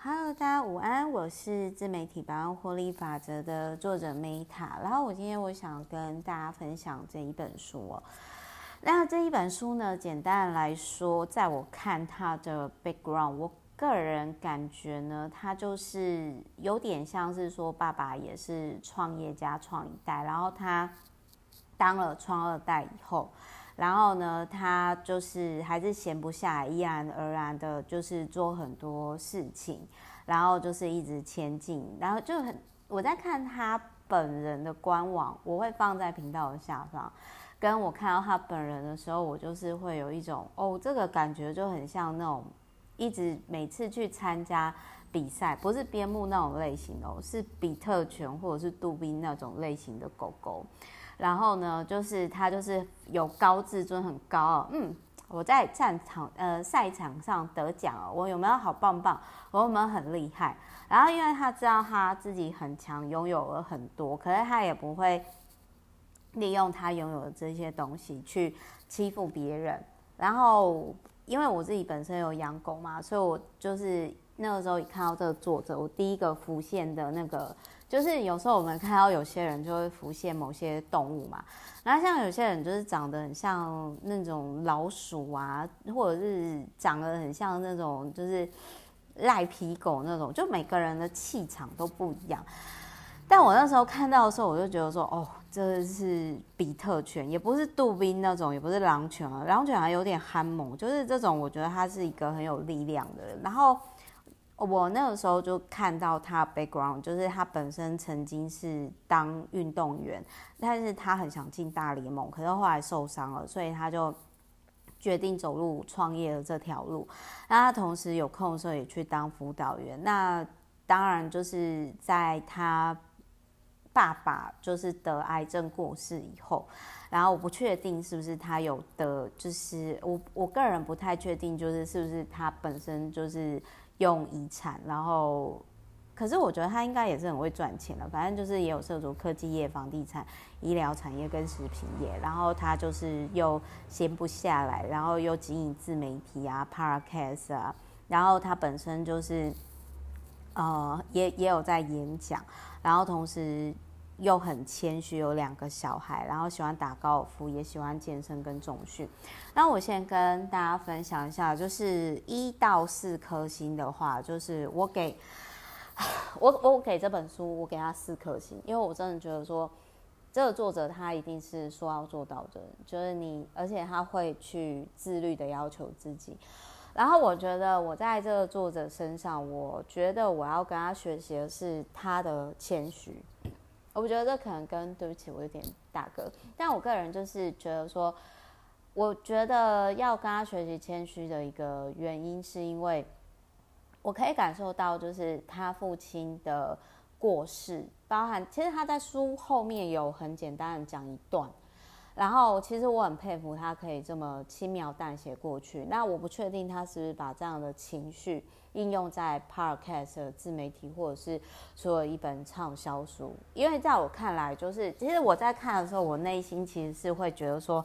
Hello，大家午安，我是自媒体百万获利法则的作者 Meta。然后今天我想跟大家分享这一本书哦。那这一本书呢，简单来说，在我看它的 background，我个人感觉呢，它就是有点像是说，爸爸也是创业家创一代，然后他当了创二代以后。然后呢，他就是还是闲不下来，毅然而然的，就是做很多事情，然后就是一直前进，然后就我在看他本人的官网，我会放在频道的下方。跟我看到他本人的时候，我就是会有一种这个感觉就很像那种一直每次去参加比赛，不是边牧那种类型的是比特犬或者是杜宾那种类型的狗狗。然后呢，就是他就是有高自尊，很高我在赛场上得奖我有没有好棒棒？我有没有很厉害？然后因为他知道他自己很强，拥有了很多，可是他也不会利用他拥有的这些东西去欺负别人。然后因为我自己本身有养狗嘛，所以我就是那个时候一看到这个作者，我第一个浮现的那个。就是有时候我们看到有些人就会浮现某些动物嘛，然后像有些人就是长得很像那种老鼠啊，或者是长得很像那种就是赖皮狗那种，就每个人的气场都不一样。但我那时候看到的时候，我就觉得说，这是比特犬，也不是杜宾那种，也不是狼犬啊，狼犬还有点憨猛，就是这种，我觉得他是一个很有力量的人。然后我那个时候就看到他的 background， 就是他本身曾经是当运动员，但是他很想进大联盟，可是后来受伤了，所以他就决定走入创业的这条路。那他同时有空的时候也去当辅导员。那当然就是在他爸爸就是得癌症过世以后，然后我不确定是不是他有得，就是我个人不太确定，就是是不是他本身就是用遗产，然后可是我觉得他应该也是很会赚钱了，反正就是也有涉足科技业、房地产、医疗产业跟食品业，然后他就是又闲不下来，然后又经营自媒体啊、podcast 啊，然后他本身就是也有在演讲，然后同时又很谦虚，有2个小孩，然后喜欢打高尔夫，也喜欢健身跟重训。那我先跟大家分享一下，就是1到4颗星的话，就是我给这本书，我给他4颗星，因为我真的觉得说，这个作者他一定是说要做到的，就是而且他会去自律的要求自己。然后我觉得我在这个作者身上，我觉得我要跟他学习的是他的谦虚。我觉得这可能对不起，我有点大哥，但我个人就是觉得说，我觉得要跟他学习谦虚的一个原因，是因为我可以感受到，就是他父亲的过世，包含其实他在书后面有很简单的讲一段。然后其实我很佩服他可以这么轻描淡写过去。那我不确定他是不是把这样的情绪应用在 podcast 的自媒体，或者是出了一本畅销书。因为在我看来，就是其实我在看的时候，我内心其实是会觉得说，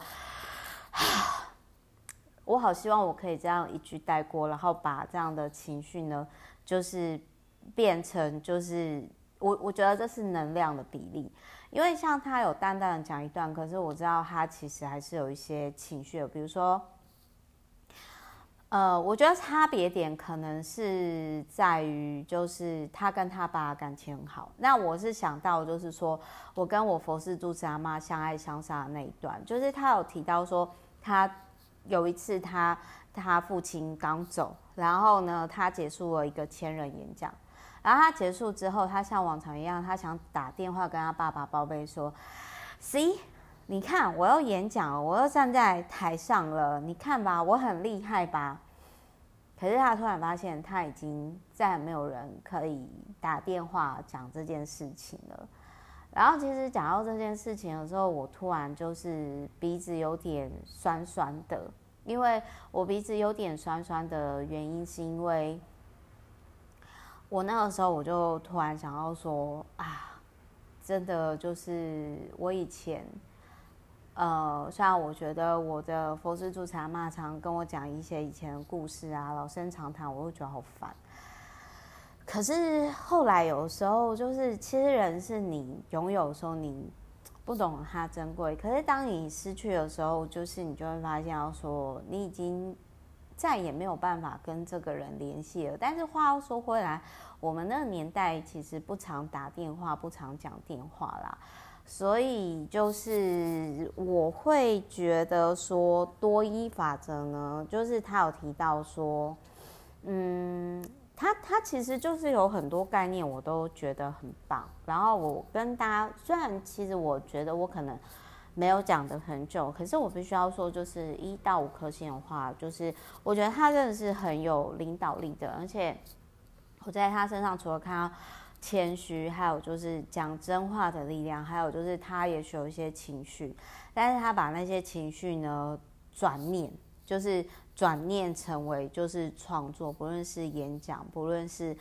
我好希望我可以这样一句带过，然后把这样的情绪呢，就是变成就是我觉得这是能量的比例。因为像他有淡淡的讲一段，可是我知道他其实还是有一些情绪的，比如说，我觉得差别点可能是在于，就是他跟他爸感情很好。那我是想到，就是说我跟我佛寺住持阿嬷相爱相杀的那一段，就是他有提到说，他有一次他父亲刚走，然后呢，他结束了一个千人演讲。然后他结束之后，他像往常一样，他想打电话跟他爸爸报备说 ：“See， 你看我又演讲了，我又站在台上了，你看吧，我很厉害吧？”可是他突然发现，他已经再也没有人可以打电话讲这件事情了。然后其实讲到这件事情的时候，我突然就是鼻子有点酸酸的，因为我鼻子有点酸酸的原因是因为。我那个时候我就突然想到说真的就是我以前，虽然我觉得我的佛寺住持阿嬷常跟我讲一些以前的故事啊，老生常谈，我会觉得好烦。 可是后来有时候就是，其实人是你拥有的时候，你不懂它珍贵。可是当你失去的时候，就是你就会发现，要说你已经再也没有办法跟这个人联系了。但是话又说回来，我们那个年代其实不常打电话，不常讲电话啦。所以就是我会觉得说多一法则呢，就是他有提到说，他其实就是有很多概念，我都觉得很棒。然后我跟大家，虽然其实我觉得我可能没有讲的很久，可是我必须要说，就是1到5颗星的话，就是我觉得他真的是很有领导力的，而且我在他身上除了看到谦虚，还有就是讲真话的力量，还有就是他也许有一些情绪，但是他把那些情绪呢转念，就是转念成为就是创作，不论是演讲，不论是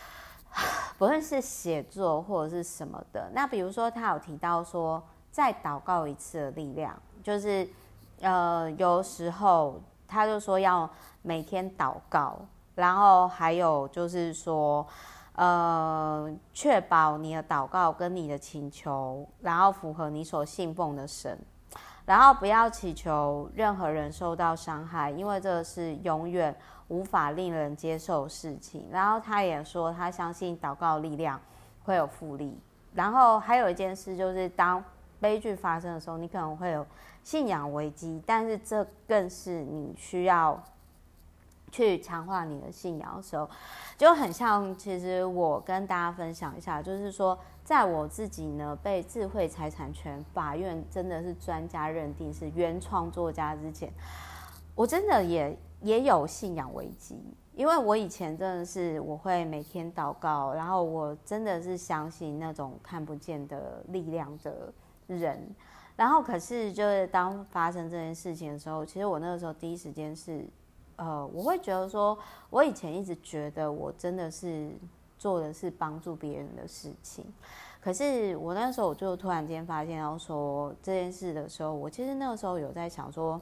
写作或者是什么的。那比如说他有提到说再祷告一次的力量，就是有时候他就说要每天祷告，然后还有就是说确保你的祷告跟你的请求，然后符合你所信奉的神，然后不要祈求任何人受到伤害，因为这是永远无法令人接受的事情。然后他也说他相信祷告的力量会有复利。然后还有一件事就是当悲剧发生的时候，你可能会有信仰危机，但是这更是你需要去强化你的信仰的时候，就很像其实我跟大家分享一下，就是说在我自己呢被智慧财产权法院真的是专家认定是原创作家之前，我真的也有信仰危机。因为我以前真的是我会每天祷告，然后我真的是相信那种看不见的力量的人，然后可是就是当发生这件事情的时候，其实我那个时候第一时间是我会觉得说，我以前一直觉得我真的是做的是帮助别人的事情，可是我那时候我就突然间发现到说这件事的时候，我其实那个时候有在想说，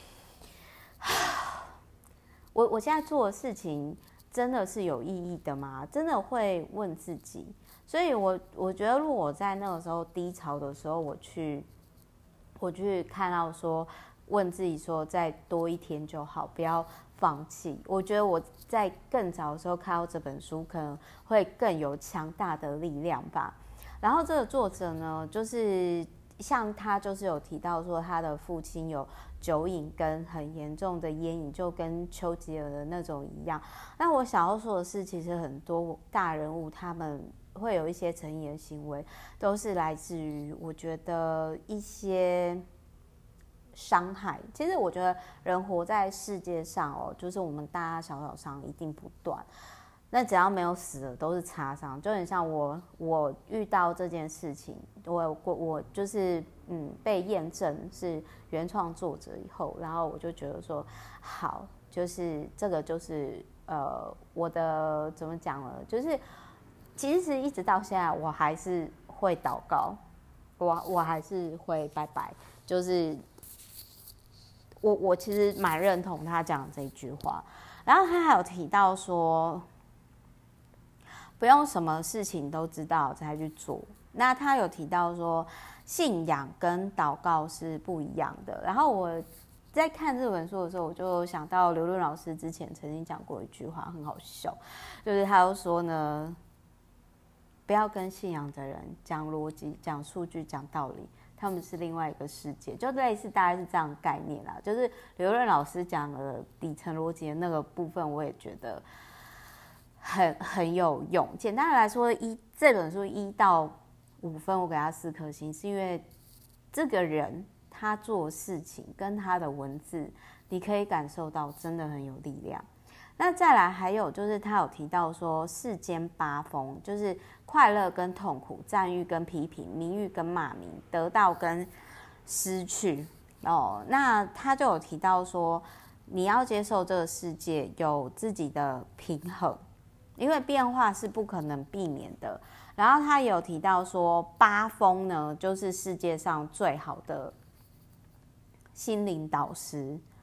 我现在做的事情真的是有意义的吗？真的会问自己。所以我觉得如果我在那个时候低潮的时候，我去看到说问自己说再多一天就好，不要放弃。我觉得我在更早的时候看到这本书，可能会更有强大的力量吧。然后这个作者呢，就是像他就是有提到说他的父亲有酒瘾跟很严重的烟瘾，就跟丘吉尔的那种一样。那我想要说的是，其实很多大人物他们会有一些成瘾的行为，都是来自于我觉得一些伤害。其实我觉得人活在世界上哦，就是我们大大小小伤一定不断。那只要没有死的都是擦伤，就很像我遇到这件事情，我就是被验证是原创作者以后，然后我就觉得说好，就是这个就是我的怎么讲呢？就是其实一直到现在我还是会祷告，我还是会拜拜，就是我其实蛮认同他讲的这一句话。然后他还有提到说，不用什么事情都知道才去做。那他有提到说，信仰跟祷告是不一样的。然后我在看这本书的时候，我就想到刘润老师之前曾经讲过一句话，很好笑，就是他就说呢，不要跟信仰的人讲逻辑、讲数据、讲道理，他们是另外一个世界，就类似大概是这样的概念啦。就是刘润老师讲的底层逻辑的那个部分，我也觉得很有用。简单的来说，这本书1到5分，我给他4颗星，是因为这个人他做事情跟他的文字，你可以感受到真的很有力量。那再来还有就是他有提到说世间8风，就是快乐跟痛苦、赞誉跟批评、名誉跟骂名、得到跟失去哦。那他就有提到说，你要接受这个世界有自己的平衡，因为变化是不可能避免的。然后他也有提到说，8风呢，就是世界上最好的心灵导师。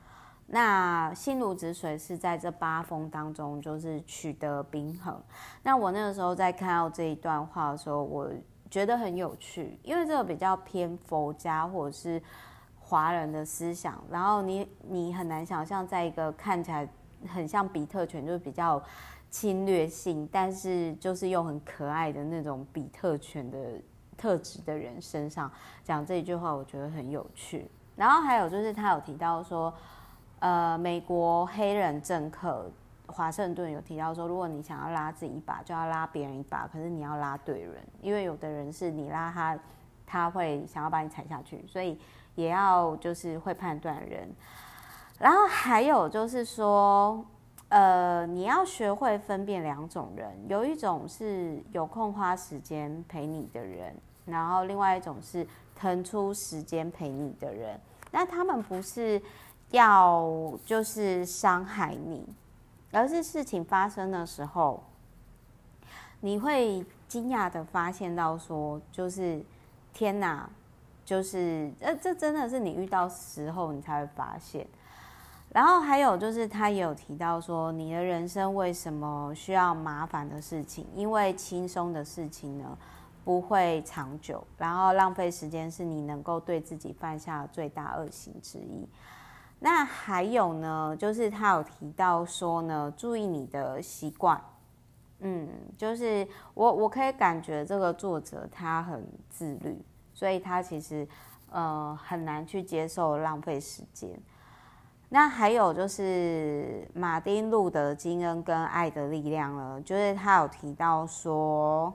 那心如止水是在这8风当中就是取得平衡。那我那个时候在看到这一段话的时候，我觉得很有趣，因为这个比较偏佛家或者是华人的思想，然后你很难想象在一个看起来很像比特犬，就是比较侵略性，但是就是又很可爱的那种比特犬的特质的人身上讲这一句话，我觉得很有趣。然后还有就是他有提到说，美国黑人政客华盛顿有提到说，如果你想要拉自己一把，就要拉别人一把，可是你要拉对人，因为有的人是你拉他，他会想要把你踩下去，所以也要就是会判断的人。然后还有就是说，你要学会分辨2种人，有一种是有空花时间陪你的人，然后另外一种是腾出时间陪你的人。那他们不是要就是伤害你，而是事情发生的时候，你会惊讶的发现到说，就是天哪，就是这真的是你遇到时候你才会发现。然后还有就是他也有提到说，你的人生为什么需要麻烦的事情？因为轻松的事情呢不会长久，然后浪费时间是你能够对自己犯下的最大恶行之一。那还有呢，就是他有提到说呢，注意你的习惯。就是我可以感觉这个作者他很自律，所以他其实很难去接受浪费时间。那还有就是马丁路德金恩跟爱的力量呢，就是他有提到说，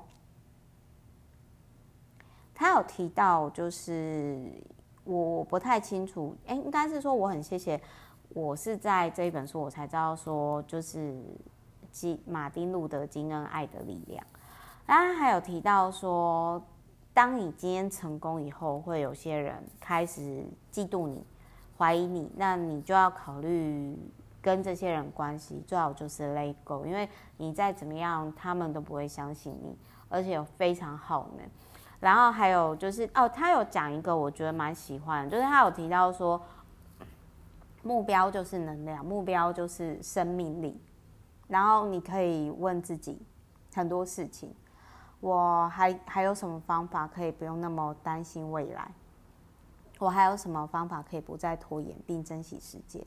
就是我不太清楚，应该是说我很谢谢，我是在这一本书我才知道说，就是马丁路德金恩爱的力量。他还有提到说，当你今天成功以后，会有些人开始嫉妒你、怀疑你，那你就要考虑跟这些人关系，最好就是 let go， 因为你再怎么样，他们都不会相信你，而且非常耗能。然后还有就是他有讲一个我觉得蛮喜欢的，就是他有提到说，目标就是能量，目标就是生命力。然后你可以问自己很多事情，我还有什么方法可以不用那么担心未来？我还有什么方法可以不再拖延并珍惜时间？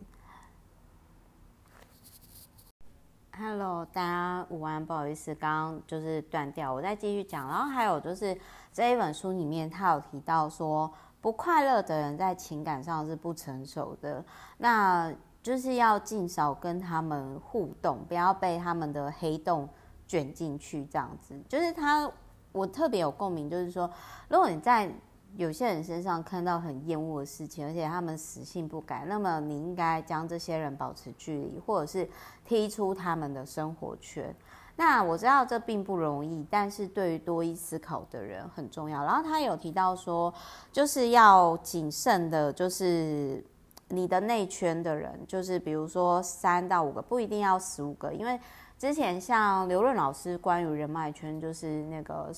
Hello， 大家午安，不好意思，刚刚就是断掉，我再继续讲。然后还有就是这一本书里面，他有提到说，不快乐的人在情感上是不成熟的，那就是要尽少跟他们互动，不要被他们的黑洞卷进去。这样子，就是我特别有共鸣，就是说，如果你在有些人身上看到很厌恶的事情，而且他们死性不改，那么你应该将这些人保持距离，或者是踢出他们的生活圈。那我知道这并不容易，但是对于多一思考的人很重要。然后他有提到说，就是要谨慎的，就是你的内圈的人，就是比如说3到5个，不一定要15个，因为之前像刘润老师关于人脉圈，就是那个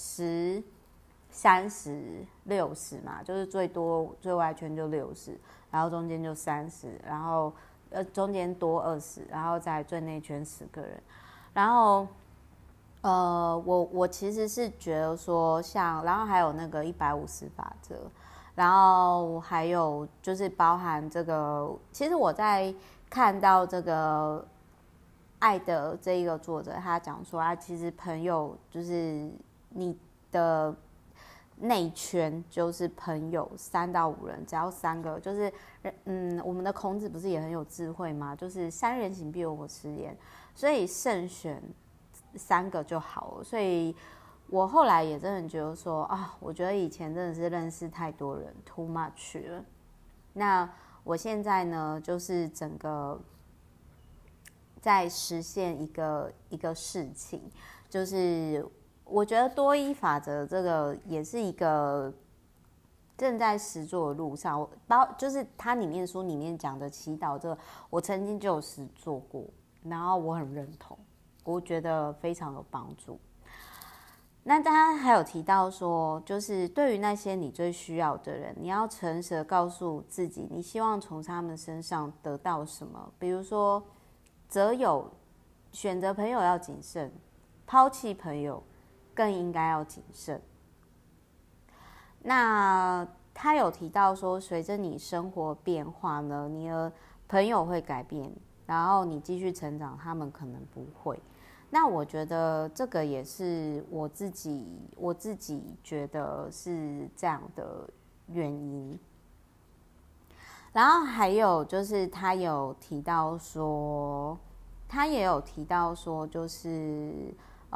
10、30、60嘛，就是最多最外圈就60，然后中间就30，然后中间多20，然后在最内圈10个人。然后我其实是觉得说然后还有那个150法则，然后还有就是包含这个，其实我在看到这个爱的这一个作者，他讲说其实朋友就是你的内圈就是朋友3到5人，只要3个，就是我们的孔子不是也很有智慧吗？就是3人行必有我师焉，所以慎选3个就好了。所以我后来也真的觉得说我觉得以前真的是认识太多人 too much 了。那我现在呢，就是整个在实现一个事情，就是我觉得多一法则这个也是一个正在实作的路上，就是它里面书里面讲的祈祷这个，我曾经就有实做过，然后我很认同，我觉得非常有帮助。 那他还有提到说，就是对于那些你最需要的人，你要诚实的告诉自己，你希望从他们身上得到什么。比如说，择友，选择朋友要谨慎，抛弃朋友更应该要谨慎。那他有提到说，随着你生活变化呢，你的朋友会改变，然后你继续成长，他们可能不会。那我觉得这个也是我自己觉得是这样的原因。然后还有就是他也有提到说，就是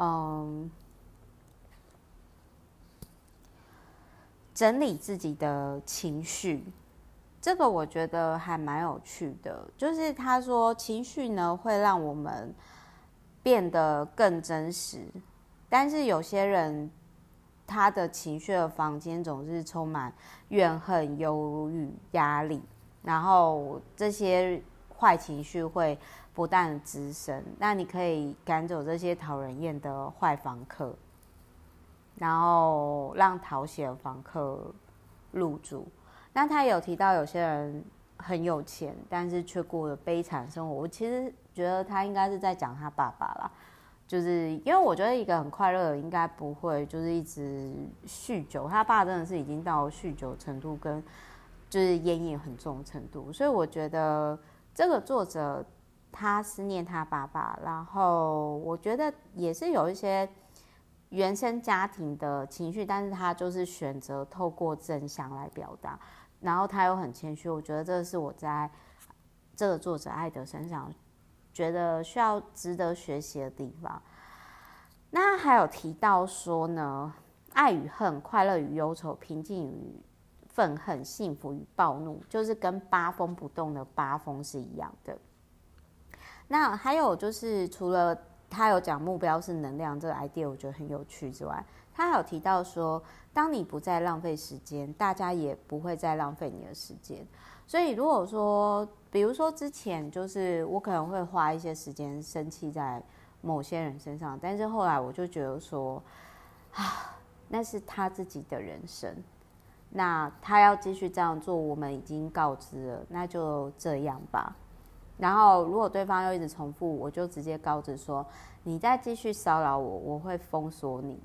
整理自己的情绪，这个我觉得还蛮有趣的。就是他说情绪呢会让我们变得更真实，但是有些人他的情绪的房间总是充满怨恨、忧郁、压力，然后这些坏情绪会不断的滋生。那你可以赶走这些讨人厌的坏房客，然后让讨喜的房客入住。那他有提到有些人很有钱，但是却过了悲惨生活。我其实觉得他应该是在讲他爸爸啦，就是因为我觉得一个很快乐的应该不会就是一直酗酒，他爸真的是已经到酗酒程度跟就是烟瘾很重的程度，所以我觉得这个作者他思念他爸爸，然后我觉得也是有一些原生家庭的情绪，但是他就是选择透过正向来表达，然后他又很谦虚，我觉得这是我在这个作者艾德身上觉得需要值得学习的地方。那还有提到说呢，爱与恨、快乐与忧愁、平静与愤恨、幸福与暴怒，就是跟八风不动的八风是一样的。那还有就是除了他有讲目标是能量这个 idea 我觉得很有趣之外，他还有提到说，当你不再浪费时间，大家也不会再浪费你的时间。所以如果说比如说之前就是我可能会花一些时间生气在某些人身上，但是后来我就觉得说那是他自己的人生，那他要继续这样做我们已经告知了，那就这样吧。然后如果对方又一直重复，我就直接告知说，你再继续骚扰我，我会封锁你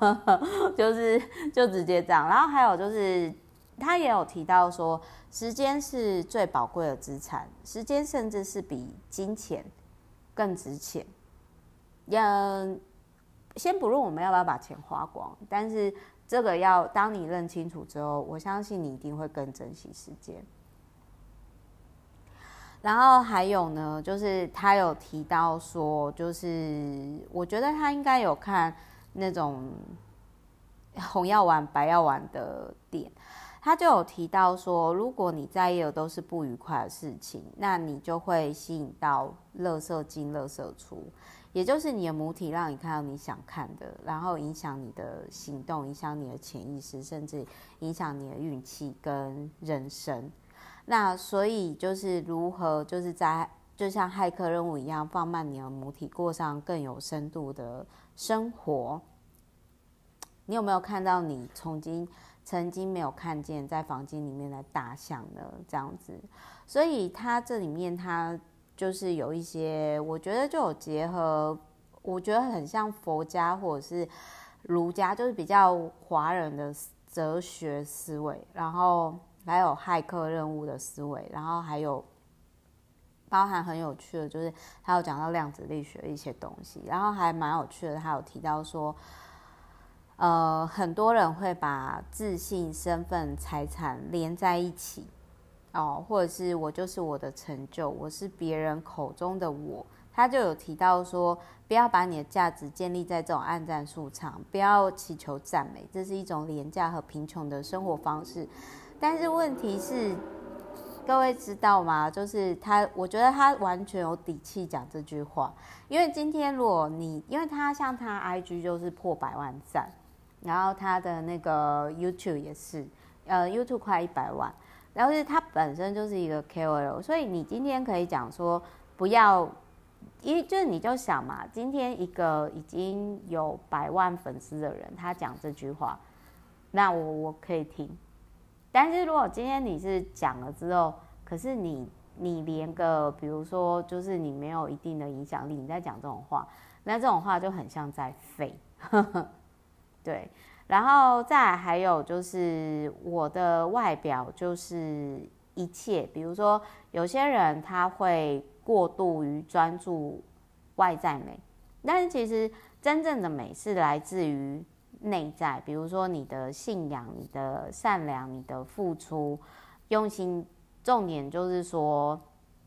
就直接这样。然后还有就是他也有提到说，时间是最宝贵的资产，时间甚至是比金钱更值钱。先不论我们要不要把钱花光，但是这个要当你认清楚之后，我相信你一定会更珍惜时间。然后还有呢，就是他有提到说，就是我觉得他应该有看那种红药丸、白药丸的店，他就有提到说，如果你在意的都是不愉快的事情，那你就会吸引到垃圾进垃圾出，也就是你的母体让你看到你想看的，然后影响你的行动，影响你的潜意识，甚至影响你的运气跟人生。那所以就是如何就是就像骇客任务一样，放慢你的母体，过上更有深度的生活。你有没有看到你曾经没有看见在房间里面的大象呢？这样子，所以它这里面它就是有一些，我觉得就有结合，我觉得很像佛家或者是儒家，就是比较华人的哲学思维，然后还有骇客任务的思维，然后还有包含很有趣的，就是他有讲到量子力学的一些东西，然后还蛮有趣的，他有提到说，很多人会把自信、身份、财产连在一起，或者是我就是我的成就，我是别人口中的我。他就有提到说，不要把你的价值建立在这种暗战术场，不要祈求赞美，这是一种廉价和贫穷的生活方式。但是问题是，各位知道吗？就是我觉得他完全有底气讲这句话，因为今天如果因为他像他 IG 就是破100万赞，然后他的那个 YouTube 也是，YouTube 快100万，然后是他本身就是一个 KOL， 所以你今天可以讲说不要就是你就想嘛，今天一个已经有100万粉丝的人，他讲这句话，那我可以听。但是如果今天你是讲了之后，可是你连个比如说就是你没有一定的影响力，你在讲这种话，那这种话就很像在废。对，然后再来还有就是我的外表就是一切，比如说有些人他会过度于专注外在美，但是其实真正的美是来自于内在，比如说你的信仰、你的善良、你的付出、用心。重点就是说，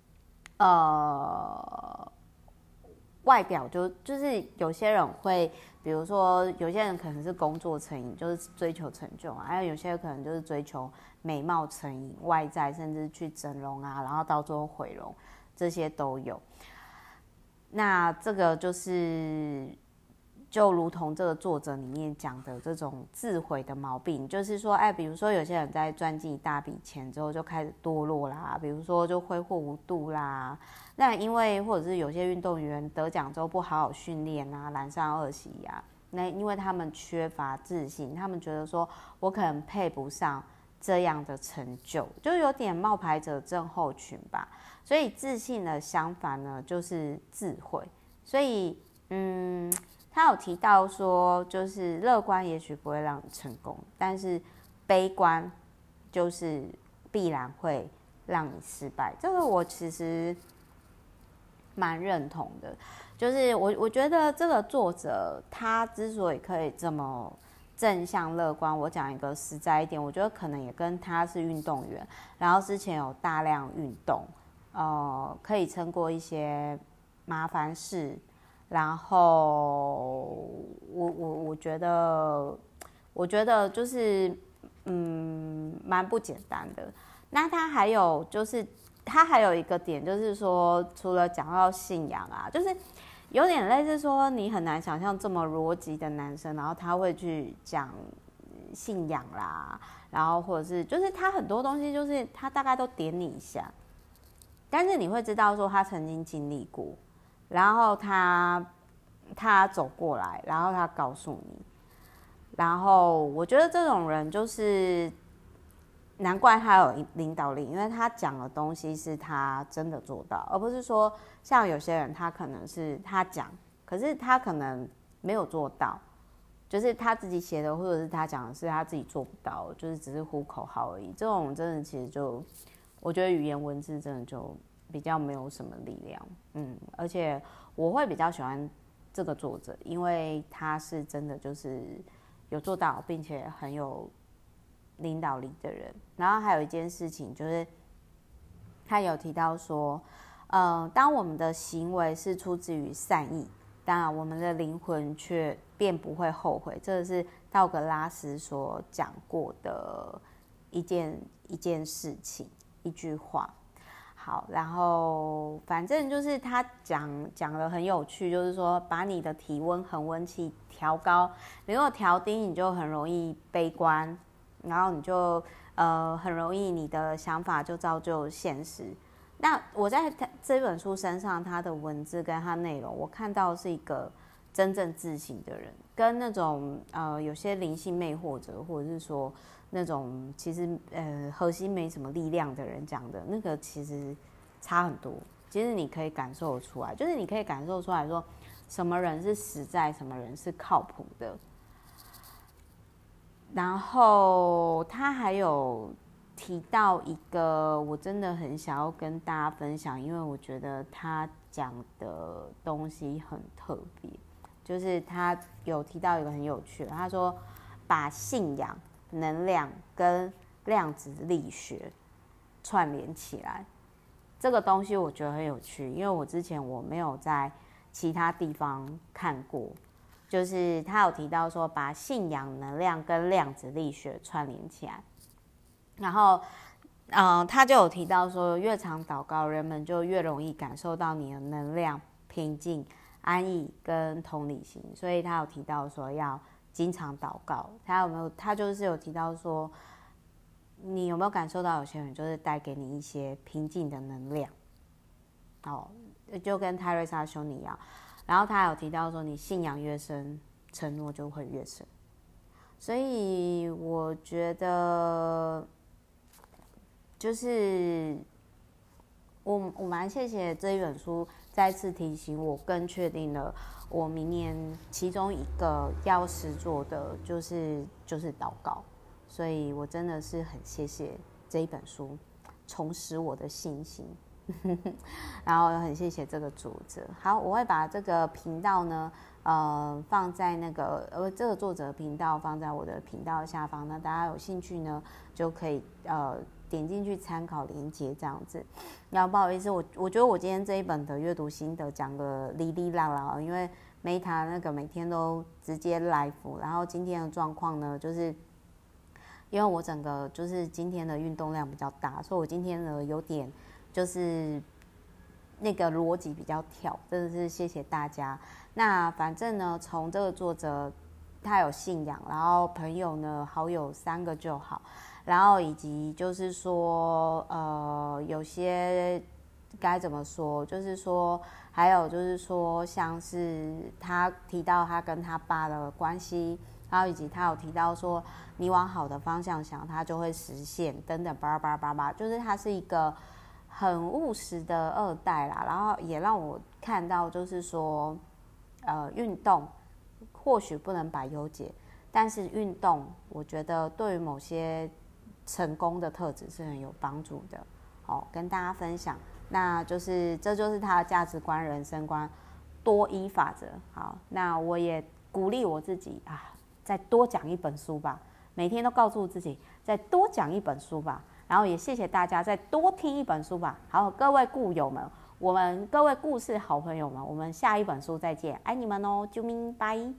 外表就是有些人会，比如说有些人可能是工作成瘾，就是追求成就啊，还有些人可能就是追求美貌成瘾、外在，甚至去整容啊，然后到最后毁容，这些都有。那这个就如同这个作者里面讲的这种自毁的毛病，就是说，比如说有些人在赚进一大笔钱之后就开始堕落啦，比如说就挥霍无度啦。那因为或者是有些运动员得奖之后不好好训练啊，染上恶习啊，那因为他们缺乏自信，他们觉得说我可能配不上这样的成就，就有点冒牌者症候群吧。所以自信的相反呢，就是自毁。所以，他有提到说，就是乐观也许不会让你成功，但是悲观就是必然会让你失败。这个我其实蛮认同的，就是我觉得这个作者他之所以可以这么正向乐观，我讲一个实在一点，我觉得可能也跟他是运动员，然后之前有大量运动，可以撑过一些麻烦事。然后我觉得就是蛮不简单的。那他还有一个点，就是说除了讲到信仰啊，就是有点类似说你很难想象这么逻辑的男生，然后他会去讲信仰啦，然后或者是就是他很多东西就是他大概都点你一下，但是你会知道说他曾经经历过。然后他走过来，然后他告诉你，然后我觉得这种人就是难怪他有领导力，因为他讲的东西是他真的做到，而不是说像有些人他可能是他讲，可是他可能没有做到，就是他自己写的或者是他讲的是他自己做不到，就是只是呼口号而已。这种真的其实就我觉得语言文字真的就比较没有什么力量，而且我会比较喜欢这个作者，因为他是真的就是有做到，并且很有领导力的人。然后还有一件事情就是，他有提到说，当我们的行为是出自于善意，当然我们的灵魂却便不会后悔。这个是道格拉斯所讲过的一件事情，一句话。好，然后反正就是他讲的很有趣，就是说把你的体温恒温器调高，你如果调低，你就很容易悲观，然后你就很容易你的想法就造就现实。那我在这本书身上，他的文字跟他内容，我看到是一个真正自信的人，跟那种有些灵性魅惑者，或者是说那种其实核心没什么力量的人讲的那个，其实差很多。其实你可以感受出来，就是你可以感受出来说，什么人是实在，什么人是靠谱的。然后他还有提到一个，我真的很想要跟大家分享，因为我觉得他讲的东西很特别。就是他有提到一个很有趣的，他说把信仰、能量跟量子力学串联起来，这个东西我觉得很有趣，因为我之前我没有在其他地方看过。就是他有提到说把信仰、能量跟量子力学串联起来，然后他就有提到说越常祷告，人们就越容易感受到你的能量、平静、安逸跟同理心。所以他有提到说要经常祷告。他就是有提到说，你有没有感受到有些人就是带给你一些平静的能量？ 就跟泰瑞莎修女一样。然后他有提到说，你信仰越深，承诺就会越深。所以我觉得，就是我蛮谢谢这一本书再次提醒我，更确定了我明年其中一个要实做的就是祷告。所以我真的是很谢谢这一本书，重拾我的信心。然后很谢谢这个作者。好，我会把这个频道呢，放在那个这个作者频道放在我的频道下方，那大家有兴趣呢就可以点进去参考连结这样子。然后不好意思，我觉得我今天这一本的阅读心得讲的哩哩啦啦，因为Meta那个每天都直接 live， 然后今天的状况呢就是。因为我整个就是今天的运动量比较大，所以我今天呢有点就是那个逻辑比较跳，真的是谢谢大家。那反正呢，从这个作者他有信仰，然后朋友呢好友3个就好，然后以及就是说有些该怎么说，就是说还有就是说像是他提到他跟他爸的关系。然后以及他有提到说，你往好的方向想，它就会实现，等等巴拉巴拉巴拉，就是他是一个很务实的2代啦。然后也让我看到，就是说，运动或许不能百忧解，但是运动，我觉得对于某些成功的特质是很有帮助的。好，跟大家分享，那就是这就是他的价值观、人生观，多一法则。好，那我也鼓励我自己啊。再多讲一本书吧，每天都告诉自己再多讲一本书吧，然后也谢谢大家再多听一本书吧。好，各位故友们，各位故事好朋友们，我们下一本书再见，爱你们哦，啾咪拜。